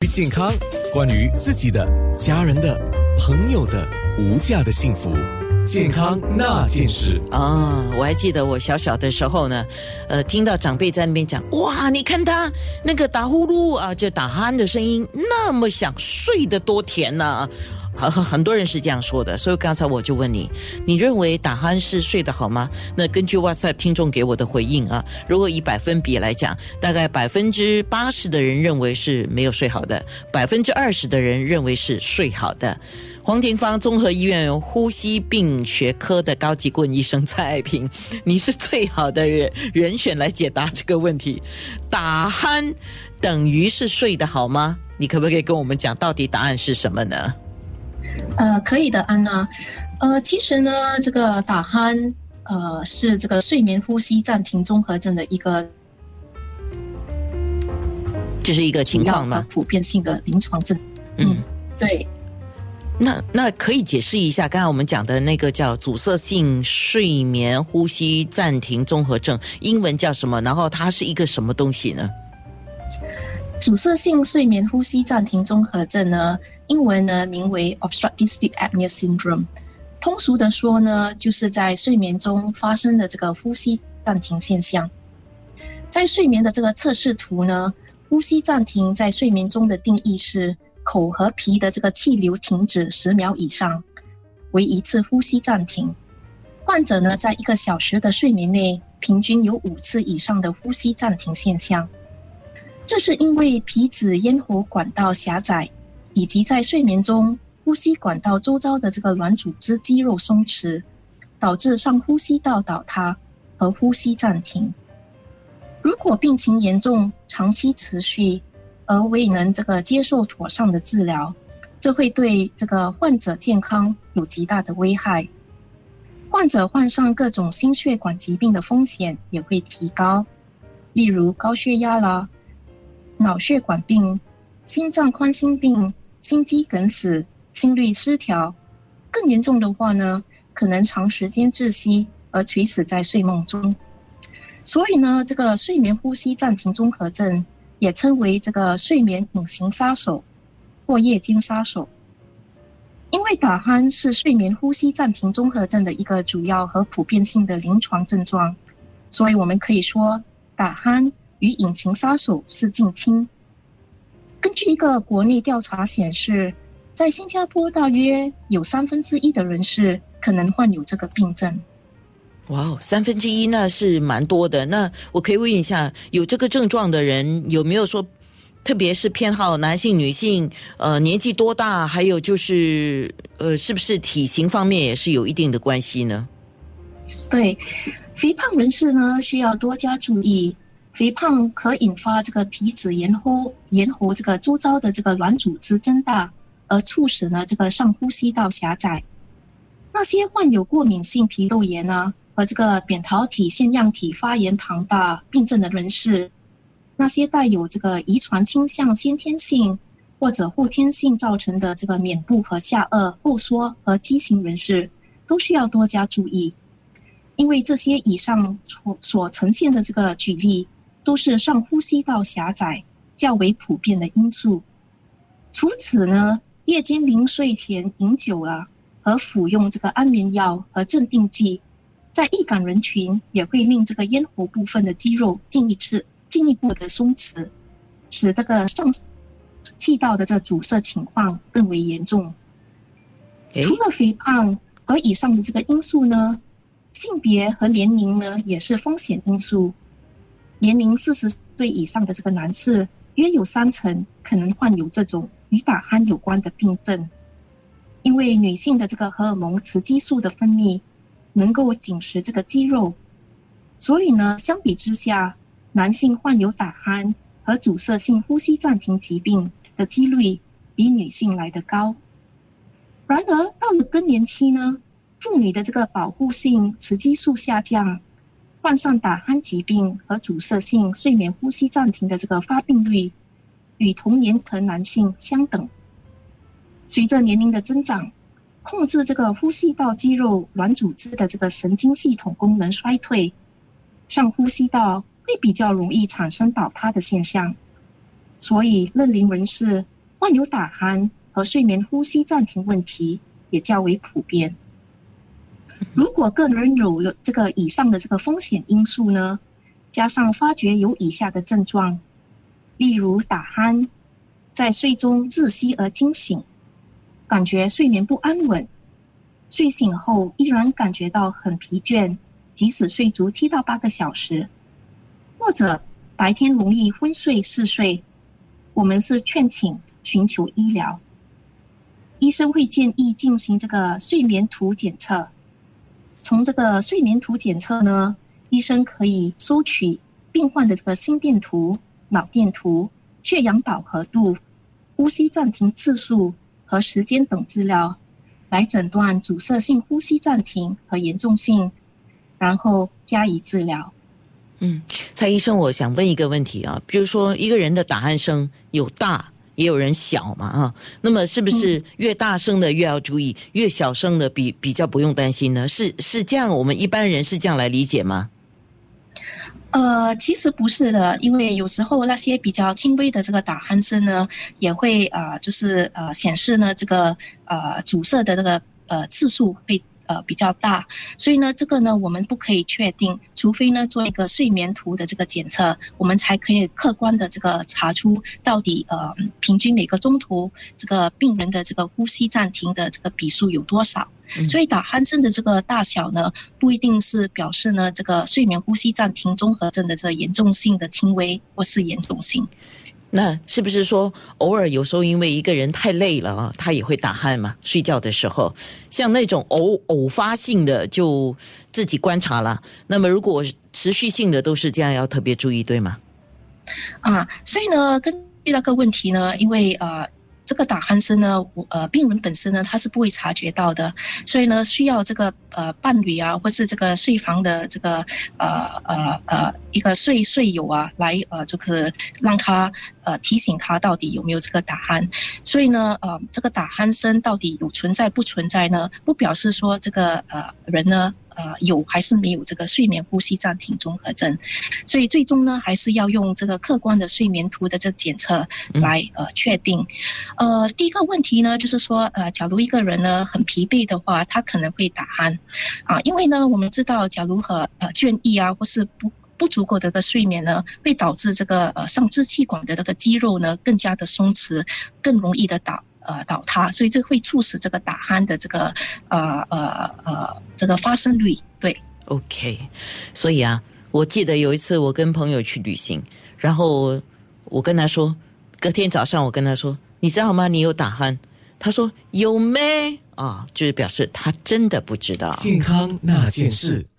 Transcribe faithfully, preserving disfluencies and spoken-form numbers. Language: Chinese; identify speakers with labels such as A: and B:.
A: 健康，关于自己的、家人的、朋友的无价的幸福。健康那件事
B: 啊，我还记得我小小的时候呢，呃，听到长辈在那边讲，哇，你看他那个打呼噜啊，就打鼾的声音那么响，睡得多甜呢、啊。很很多人是这样说的，所以刚才我就问你，你认为打鼾是睡得好吗？那根据 WhatsApp 听众给我的回应啊，如果以百分比来讲，大概百分之八十的人认为是没有睡好的，百分之二十的人认为是睡好的。黄廷芳综合医院呼吸病学科的高级顾问医生蔡爱萍，你是最好的人人选来解答这个问题。打鼾等于是睡得好吗？你可不可以跟我们讲到底答案是什么呢？
C: 呃，可以的，安娜。呃，其实呢，这个打鼾，呃，是这个睡眠呼吸暂停综合症的一个，
B: 这是一个情况吗？
C: 普遍性的临床症。嗯，对。
B: 那那可以解释一下，刚才我们讲的那个叫阻塞性睡眠呼吸暂停综合症，英文叫什么？然后它是一个什么东西呢？
C: 阻塞性睡眠呼吸暂停综合症呢，英文呢名为 Obstructive Sleep Apnea Syndrome。通俗的说呢，就是在睡眠中发生的这个呼吸暂停现象。在睡眠的这个测试图呢，呼吸暂停在睡眠中的定义是口和皮的这个气流停止十秒以上，为一次呼吸暂停。患者呢，在一个小时的睡眠内，平均有五次以上的呼吸暂停现象。这是因为皮质咽喉管道狭窄，以及在睡眠中呼吸管道周遭的这个软组织肌肉松弛，导致上呼吸道倒塌和呼吸暂停。如果病情严重、长期持续，而未能这个接受妥善的治疗，这会对这个患者健康有极大的危害。患者患上各种心血管疾病的风险也会提高，例如高血压啦、脑血管病、心脏宽心病、心肌梗死、心律失调，更严重的话呢，可能长时间窒息而垂死在睡梦中。所以呢，这个睡眠呼吸暂停综合症也称为这个睡眠隐形杀手或夜间杀手。因为打鼾是睡眠呼吸暂停综合症的一个主要和普遍性的临床症状，所以我们可以说打鼾与隐形杀手是近亲。根据一个国内调查显示，在新加坡大约有三分之一的人士可能患有这个病症。
B: 哇哦，三分之一那是蛮多的。那我可以问一下，有这个症状的人有没有说，特别是偏好男性、女性，呃，年纪多大，还有就是呃，是不是体型方面也是有一定的关系呢？
C: 对，肥胖人士呢需要多加注意。肥胖可引发这个皮脂咽喉咽喉这个周遭的这个软组织增大，而促使呢这个上呼吸道狭窄。那些患有过敏性皮肉炎啊和这个扁桃体腺样体发炎庞大病症的人士，那些带有这个遗传倾向先天性或者后天性造成的这个面部和下颚后缩和畸形人士，都需要多加注意。因为这些以上所呈现的这个举例都是上呼吸道狭窄较为普遍的因素。除此呢，夜间临睡前饮酒了和服用这个安眠药和镇定剂，在易感人群也会令这个咽喉部分的肌肉进一次进一步的松弛，使这个上气道的这个阻塞情况更为严重。除了肥胖和以上的这个因素呢，性别和年龄呢也是风险因素。年龄四十岁以上的这个男士，约有三成可能患有这种与打鼾有关的病症。因为女性的这个荷尔蒙雌激素的分泌能够紧实这个肌肉，所以呢，相比之下，男性患有打鼾和阻塞性呼吸暂停疾病的几率比女性来得高。然而到了更年期呢，妇女的这个保护性雌激素下降，患上打鼾疾病和阻塞性睡眠呼吸暂停的这个发病率与同年层男性相等。随着年龄的增长，控制这个呼吸道肌肉软组织的这个神经系统功能衰退，上呼吸道会比较容易产生倒塌的现象。所以乐龄人士患有打鼾和睡眠呼吸暂停问题也较为普遍。如果个人有这个以上的这个风险因素呢，加上发觉有以下的症状，例如打鼾，在睡中窒息而惊醒，感觉睡眠不安稳，睡醒后依然感觉到很疲倦，即使睡足七到八个小时，或者白天容易昏睡嗜睡，我们是劝请寻求医疗。医生会建议进行这个睡眠图检测。从这个睡眠图检测呢，医生可以收取病患的这个心电图、脑电图、血氧饱和度、呼吸暂停次数和时间等资料，来诊断阻塞性呼吸暂停和严重性，然后加以治疗。
B: 嗯，蔡医生，我想问一个问题啊，比如说一个人的打鼾声有大也有人小嘛啊，那么是不是越大声的越要注意，越小声的比比较不用担心呢？是是这样，我们一般人是这样来理解吗？
C: 呃，其实不是的，因为有时候那些比较轻微的这个打鼾声呢，也会呃，就是呃显示呢这个呃阻塞的这个呃次数会呃比较大，所以呢这个呢我们不可以确定，除非呢做一个睡眠图的这个检测，我们才可以客观的这个查出到底呃平均每个钟头这个病人的这个呼吸暂停的这个比数有多少。所以打鼾声的这个大小呢，不一定是表示呢这个睡眠呼吸暂停综合症的这个严重性的轻微或是严重性。
B: 那是不是说偶尔有时候因为一个人太累了啊，他也会打鼾嘛？睡觉的时候，像那种偶偶发性的就自己观察了。那么如果持续性的都是这样，要特别注意，对吗？
C: 啊，所以呢，根据那个问题呢，因为呃。这个打鼾声呢，呃，病人本身呢，他是不会察觉到的，所以呢，需要这个呃伴侣啊，或是这个睡房的这个呃呃呃一个睡睡友啊，来呃这个让他呃提醒他到底有没有这个打鼾。所以呢，呃，这个打鼾声到底有存在不存在呢？不表示说这个呃人呢。呃，有还是没有这个睡眠呼吸暂停综合症，所以最终呢，还是要用这个客观的睡眠图的这检测来呃确定。呃，第一个问题呢，就是说呃，假如一个人呢很疲惫的话，他可能会打鼾啊，因为呢，我们知道，假如和呃倦意啊，或是不。不足够的这个睡眠呢，会导致这个呃上支气管的这个肌肉呢更加的松弛，更容易的倒呃倒塌，所以这会促使这个打鼾的这个呃呃呃这个发生率。对
B: ，OK， 所以啊，我记得有一次我跟朋友去旅行，然后我跟他说，隔天早上我跟他说，你知道吗？你有打鼾？他说有咩？啊，就是表示他真的不知道。
A: 健康那件事。